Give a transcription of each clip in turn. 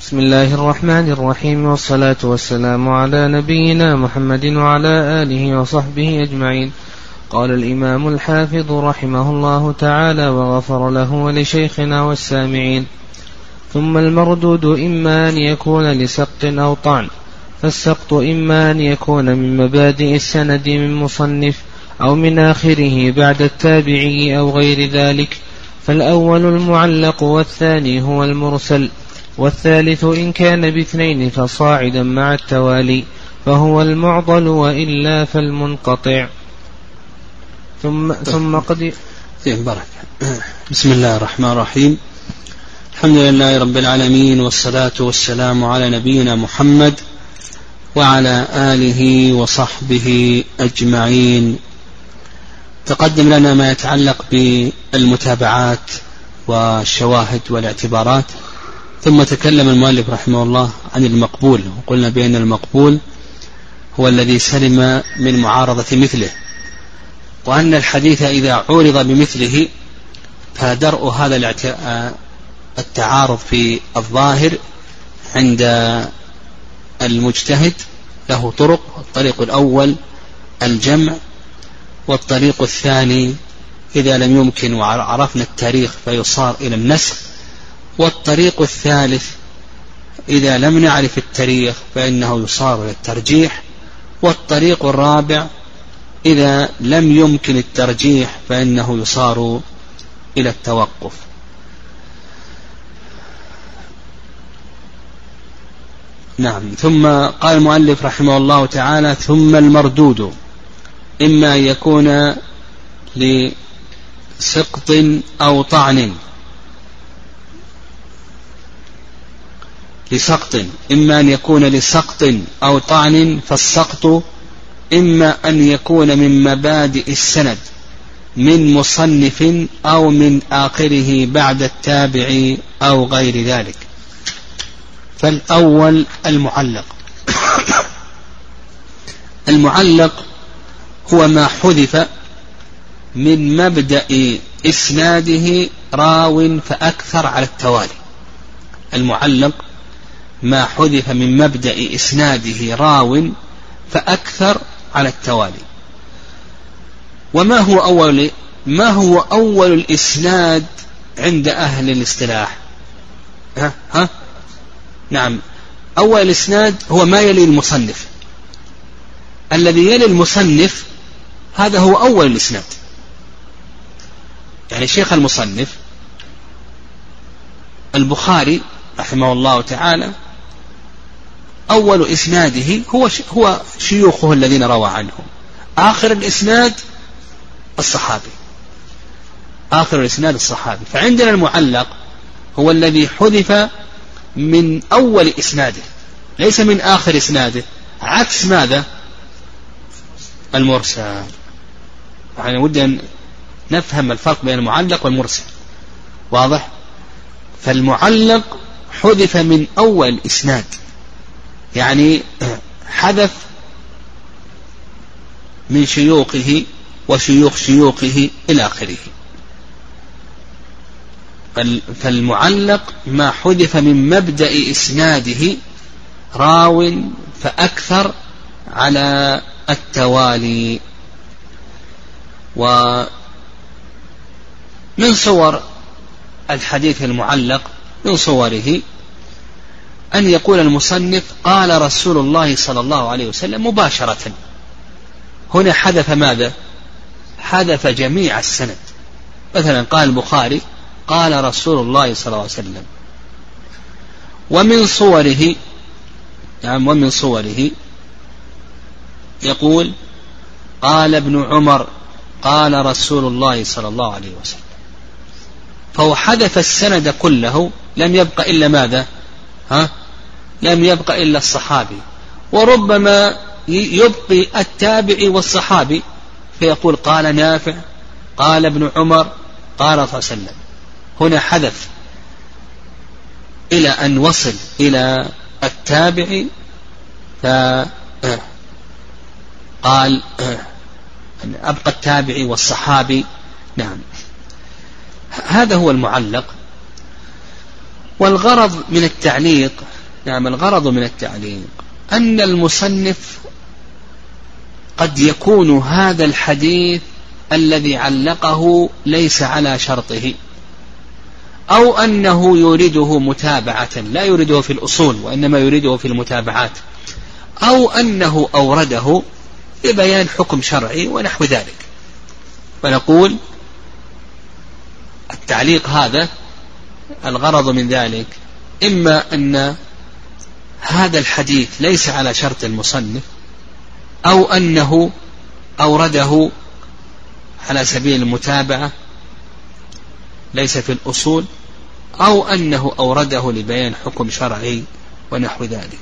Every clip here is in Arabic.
بسم الله الرحمن الرحيم، والصلاة والسلام على نبينا محمد وعلى آله وصحبه أجمعين. قال الإمام الحافظ رحمه الله تعالى وغفر له ولشيخنا والسامعين: ثم المردود إما أن يكون لسقط أو طعن، فالسقط إما أن يكون من مبادئ السند من مصنف أو من آخره بعد التابعي أو غير ذلك، فالأول المعلق والثاني هو المرسل، والثالث إن كان باثنين فصاعدا مع التوالي فهو المعضل، وإلا فالمنقطع. ثم قد بسم الله الرحمن الرحيم. الحمد لله رب العالمين، والصلاة والسلام على نبينا محمد وعلى آله وصحبه أجمعين. تقدم لنا ما يتعلق بالمتابعات والشواهد والاعتبارات، ثم تكلم المؤلف رحمه الله عن المقبول، وقلنا بأن المقبول هو الذي سلم من معارضة مثله، وأن الحديث إذا عورض بمثله فدرء هذا التعارض في الظاهر عند المجتهد له طرق: الطريق الأول الجمع، والطريق الثاني إذا لم يمكن وعرفنا التاريخ فيصار إلى النسخ، والطريق الثالث إذا لم نعرف التاريخ فإنه يصار إلى الترجيح، والطريق الرابع إذا لم يمكن الترجيح فإنه يصار إلى التوقف. نعم. ثم قال المؤلف رحمه الله تعالى: ثم المردود إما أن يكون لسقط أو طعن، إما أن يكون لسقط أو طعن، فالسقط إما أن يكون من مبادئ السند من مصنف أو من آخره بعد التابع أو غير ذلك. فالأول المعلق. المعلق هو ما حذف من مبدأ إسناده راو فأكثر على التوالي. المعلق ما حذف من مبدأ إسناده راو فأكثر على التوالي. ما هو أول الإسناد عند أهل الاصطلاح؟ نعم، أول الإسناد هو ما يلي المصنف. الذي يلي المصنف هذا هو أول الإسناد. يعني شيخ المصنف البخاري رحمه الله تعالى أول إسناده هو شيوخه الذين روى عنهم. آخر الإسناد الصحابي، آخر الإسناد الصحابي. فعندنا المعلق هو الذي حذف من أول إسناده ليس من آخر إسناده، عكس ماذا؟ المرسل. يعني ودي أن نفهم الفرق بين المعلق والمرسل، واضح؟ فالمعلق حذف من أول إسناد، يعني حذف من شيوخه وشيوخ شيوخه إلى آخره. فالمعلق ما حذف من مبدأ إسناده راو فأكثر على التوالي. ومن صور الحديث المعلق، من صوره أن يقول المصنف: قال رسول الله صلى الله عليه وسلم مباشرة. هنا حذف ماذا؟ حذف جميع السند. مثلا قال البخاري: قال رسول الله صلى الله عليه وسلم. ومن صوره يقول: قال ابن عمر قال رسول الله صلى الله عليه وسلم. فهو حذف السند كله، لم يبق إلا ماذا؟ لم يبق إلا الصحابي، وربما يبقي التابعي والصحابي، فيقول: قال نافع قال ابن عمر قال صلى الله عليه وسلم. هنا حذف إلى أن وصل إلى التابعي فقال أبقى التابعي والصحابي. نعم، هذا هو المعلق. والغرض من التعليق نعم الغرض من التعليق أن المصنف قد يكون هذا الحديث الذي علقه ليس على شرطه، أو أنه يريده متابعة لا يريده في الأصول وإنما يريده في المتابعات، أو أنه أورده لبيان حكم شرعي ونحو ذلك. فنقول التعليق هذا الغرض من ذلك إما أن هذا الحديث ليس على شرط المصنف، أو أنه أورده على سبيل المتابعة ليس في الأصول، أو أنه أورده لبيان حكم شرعي ونحو ذلك.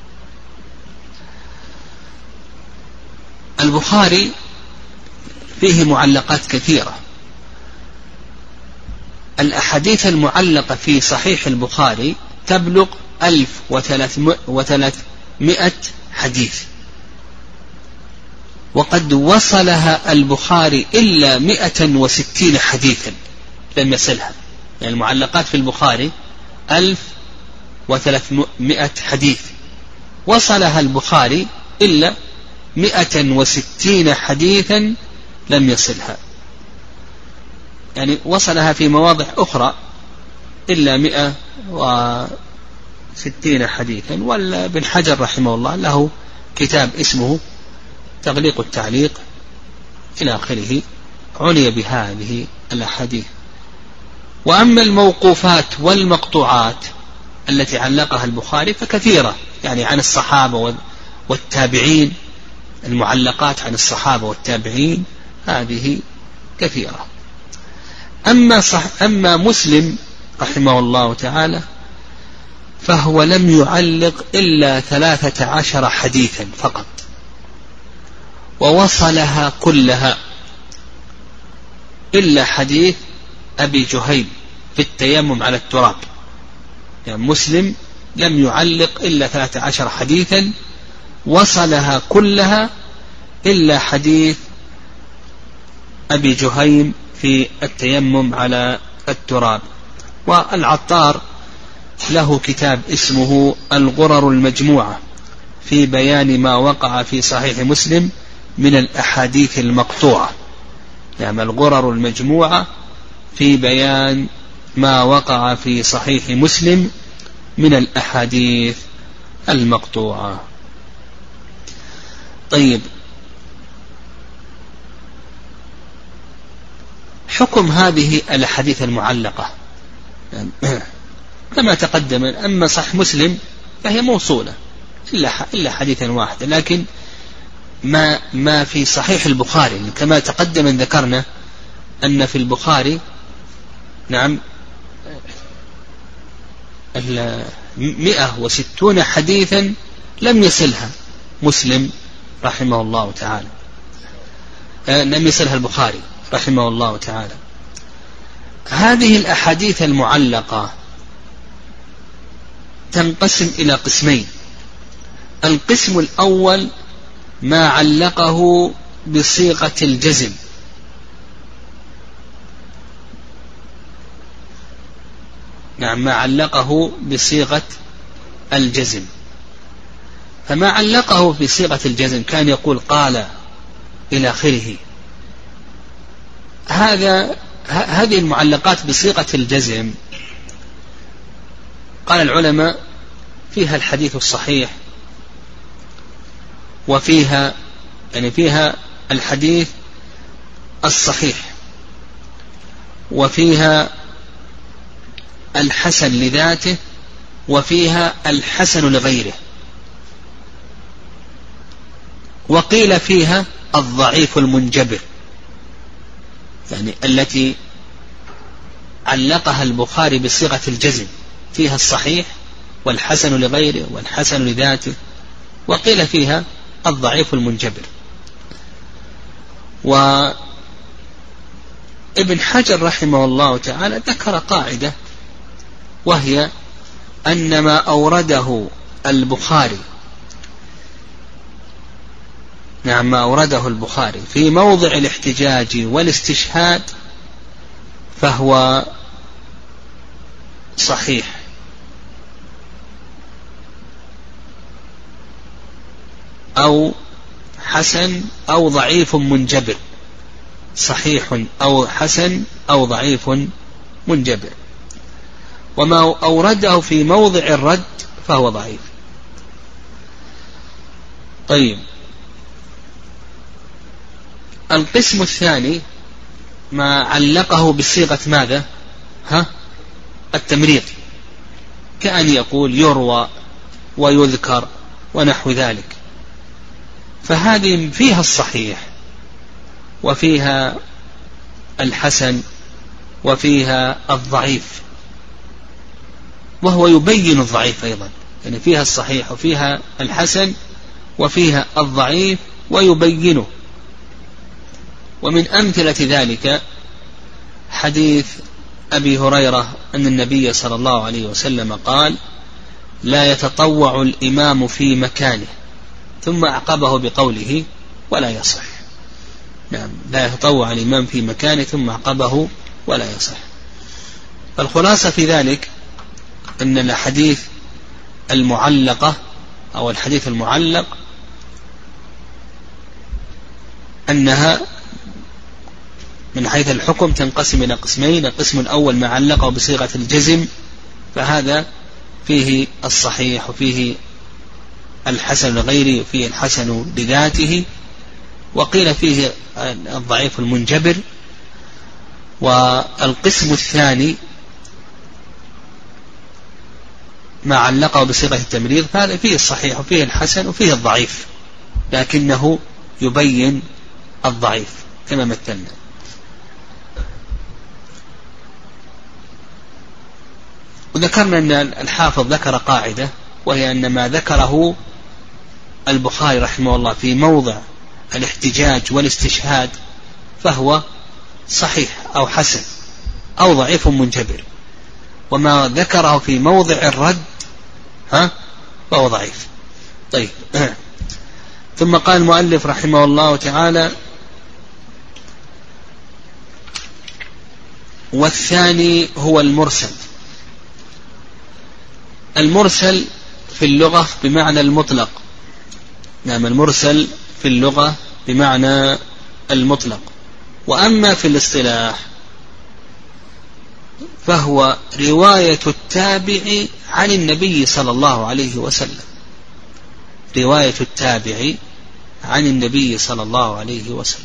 البخاري فيه معلقات كثيرة. الأحاديث المعلقة في صحيح البخاري تبلغ 1300 حديث، وقد وصلها البخاري إلا 160 حديثا لم يصلها. يعني المعلقات في البخاري 1300 حديث، وصلها البخاري إلا 160 حديثا لم يصلها. يعني وصلها في مواضع أخرى إلا 160 حديثا. وابن حجر رحمه الله له كتاب اسمه تغليق التعليق إلى آخره، عني بهذه الأحاديث. وأما الموقوفات والمقطوعات التي علقها البخاري فكثيرة، يعني عن الصحابة والتابعين، المعلقات عن الصحابة والتابعين هذه كثيرة. أما مسلم رحمه الله تعالى فهو لم يعلق إلا 13 حديثا فقط، ووصلها كلها إلا حديث أبي جهيم في التيمم على التراب. يعني مسلم لم يعلق إلا 13 حديثا، وصلها كلها إلا حديث أبي جهيم في التيمم على التراب. والعطار له كتاب اسمه الغرر المجموعة في بيان ما وقع في صحيح مسلم من الأحاديث المقطوعة. يعني الغرر المجموعة في بيان ما وقع في صحيح مسلم من الأحاديث المقطوعة. طيب، حكم هذه الأحاديث المعلقة كما تقدم. أما صحيح مسلم فهي موصولة إلا حديثا واحدا، لكن ما في صحيح البخاري كما تقدم ذكرنا أن في البخاري 160 حديثا لم يصلها مسلم رحمه الله تعالى، لم يصلها البخاري رحمه الله تعالى. هذه الأحاديث المعلقة تنقسم إلى قسمين. القسم الأول ما علقه بصيغة الجزم، ما علقه بصيغة الجزم. فما علقه بصيغة الجزم كان يقول قال إلى آخره. هذه المعلقات بصيغة الجزم قال العلماء فيها الحديث الصحيح، وفيها فيها الحديث الصحيح، وفيها الحسن لذاته، وفيها الحسن لغيره، وقيل فيها الضعيف المنجبر، يعني التي علقها البخاري بصيغة الجزم فيها الصحيح والحسن لغيره والحسن لذاته، وقيل فيها الضعيف المنجبر. وابن حجر رحمه الله تعالى ذكر قاعدة، وهي أن ما أورده البخاري ما أورده البخاري في موضع الاحتجاج والاستشهاد فهو صحيح، أو حسن أو ضعيف منجبر، صحيح أو حسن أو ضعيف منجبر. وما أورده في موضع الرد فهو ضعيف. طيب، القسم الثاني ما علقه بصيغة ماذا؟ التمريض، كأن يقول يروى ويذكر ونحو ذلك، فهذه فيها الصحيح وفيها الحسن وفيها الضعيف، وهو يبين الضعيف أيضا، يعني فيها الصحيح وفيها الحسن وفيها الضعيف ويبينه. ومن أمثلة ذلك حديث أبي هريرة أن النبي صلى الله عليه وسلم قال: لا يتطوع الإمام في مكانه، ثم أعقبه بقوله: ولا يصح. نعم، لا يتطوع الإمام في مكانه ثم أعقبه: ولا يصح. فالخلاصة في ذلك أن الحديث المعلقة أو الحديث المعلق أنها من حيث الحكم تنقسم إلى قسمين. القسم الأول ما علقه بصيغة الجزم، فهذا فيه الصحيح وفيه الحسن لغيره وفيه الحسن لذاته، وقيل فيه الضعيف المنجبر. والقسم الثاني ما علقه بصيغة التمريض، فهذا فيه الصحيح وفيه الحسن وفيه الضعيف، لكنه يبين الضعيف كما مثلنا. وذكرنا أن الحافظ ذكر قاعدة، وهي أن ما ذكره البخاري رحمه الله في موضع الاحتجاج والاستشهاد فهو صحيح أو حسن أو ضعيف منجبر، وما ذكره في موضع الرد فهو ضعيف. طيب، ثم قال المؤلف رحمه الله تعالى: والثاني هو المرسل. المرسل في اللغة بمعنى المطلق. نعم، المرسل في اللغة بمعنى المطلق. وأما في الاصطلاح فهو رواية التابع عن النبي صلى الله عليه وسلم، رواية التابع عن النبي صلى الله عليه وسلم،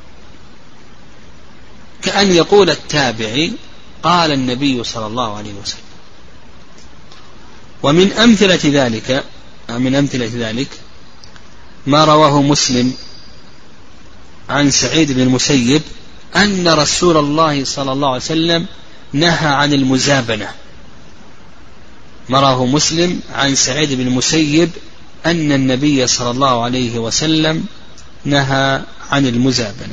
كأن يقول التابعي: قال النبي صلى الله عليه وسلم. ومن أمثلة ذلك ما رواه مسلم عن سعيد بن المسيب أن رسول الله صلى الله عليه وسلم نهى عن المزابنة. ما رواه مسلم عن سعيد بن المسيب أن النبي صلى الله عليه وسلم نهى عن المزابنة.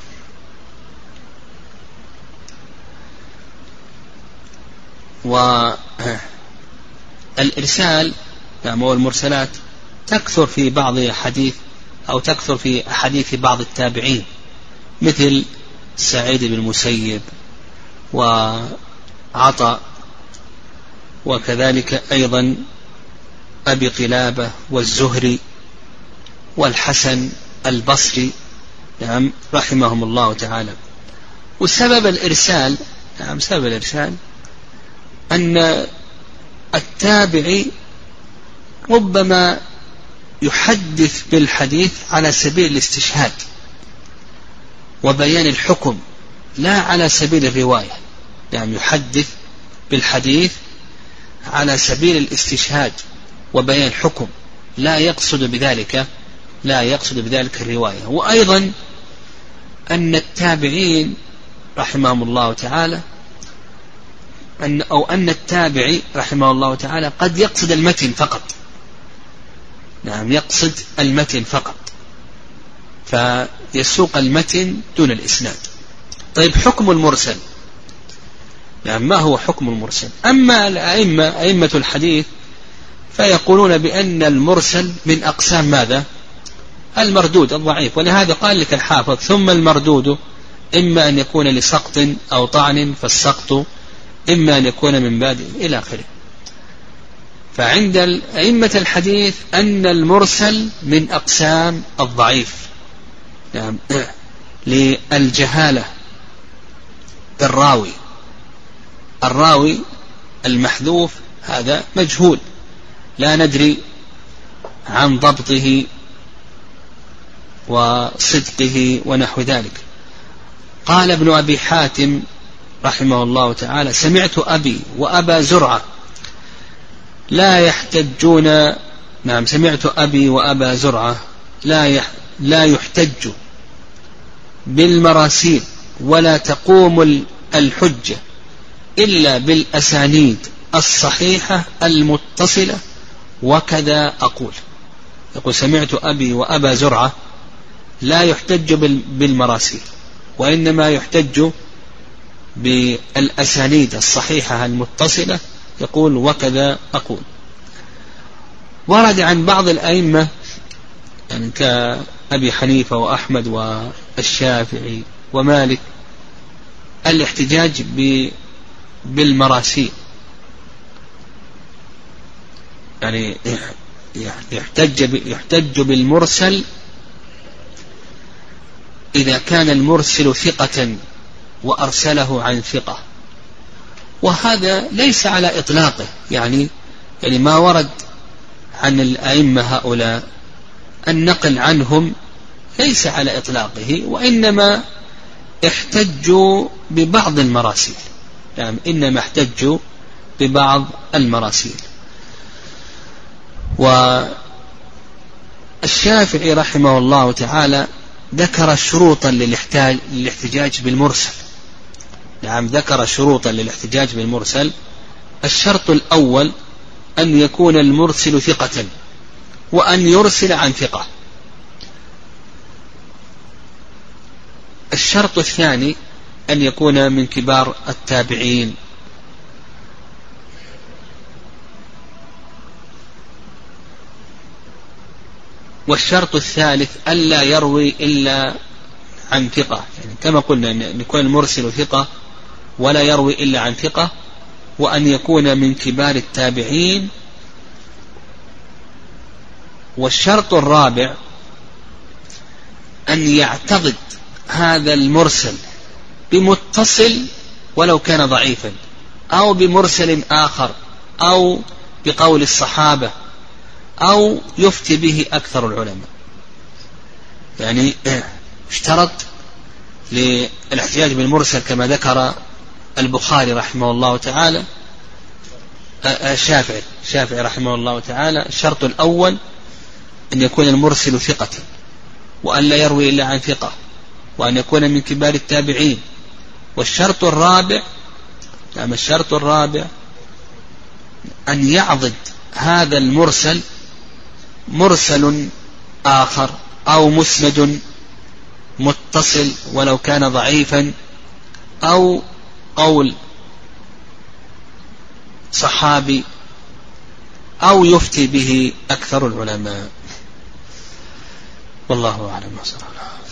والإرسال والمرسلات تكثر في بعض حديث أو تكثر في أحاديث بعض التابعين، مثل سعيد بن المسيب وعطاء، وكذلك أيضا أبي قلابة والزهري والحسن البصري، نعم، رحمهم الله تعالى. وسبب الإرسال، نعم، سبب الإرسال أن التابعي ربما يحدث بالحديث على سبيل الاستشهاد وبيان الحكم، لا على سبيل الرواية. يعني يحدث بالحديث على سبيل الاستشهاد وبيان الحكم، لا يقصد بذلك الرواية. وأيضا أن التابعين رحمهم الله تعالى أن التابعي رحمه الله تعالى قد يقصد المتن فقط، نعم، يقصد المتن فقط، فيسوق المتن دون الإسناد. طيب، حكم المرسل، يعني ما هو حكم المرسل؟ أما أئمة الحديث فيقولون بأن المرسل من أقسام ماذا؟ المردود الضعيف. ولهذا قال لك الحافظ: ثم المردود إما أن يكون لسقط أو طعن، فالسقط إما أن يكون من بادئ، إلى آخره. فعند أئمة الحديث أن المرسل من أقسام الضعيف، نعم، للجهالة بالراوي. الراوي المحذوف هذا مجهول، لا ندري عن ضبطه وصدقه ونحو ذلك. قال ابن أبي حاتم رحمه الله تعالى: سمعت أبي وأبا زرعة لا يحتجون، نعم، سمعت أبي وأبا زرعة لا يحتج بالمراسيل ولا تقوم الحجة إلا بالأسانيد الصحيحة المتصلة، وكذا أقول. يقول: سمعت أبي وأبا زرعة لا يحتج بالمراسيل، وإنما يحتج بالأسانيد الصحيحة المتصلة. يقول: وكذا أقول. ورد عن بعض الأئمة يعني كأبي حنيفة وأحمد والشافعي ومالك الاحتجاج بالمراسيل، يعني يحتج بالمرسل إذا كان المرسل ثقة وأرسله عن ثقة، وهذا ليس على إطلاقه، يعني ما ورد عن الأئمة هؤلاء النقل عنهم ليس على إطلاقه، وإنما احتجوا ببعض المراسيل، يعني إنما احتجوا ببعض المراسيل. والشافعي رحمه الله تعالى ذكر شروطا للاحتجاج بالمرسل، نعم، ذكر شروطا للاحتجاج بالمرسل. الشرط الأول أن يكون المرسل ثقة وأن يرسل عن ثقة. الشرط الثاني أن يكون من كبار التابعين. والشرط الثالث ألا يروي إلا عن ثقة، يعني كما قلنا أن يكون المرسل ثقة ولا يروي إلا عن ثقة، وأن يكون من كبار التابعين. والشرط الرابع أن يعتضد هذا المرسل بمتصل ولو كان ضعيفا، أو بمرسل آخر، أو بقول الصحابة، أو يفتي به أكثر العلماء. يعني اشترط للاحتجاج بالمرسل كما ذكر البخاري رحمه الله تعالى، الشافعي رحمه الله تعالى: الشرط الأول أن يكون المرسل ثقة وأن لا يروي إلا عن ثقة وأن يكون من كبار التابعين. والشرط الرابع أن يعضد هذا المرسل مرسل آخر أو مسند متصل ولو كان ضعيفا، أو قول صحابي، أو يفتي به أكثر العلماء. والله أعلم.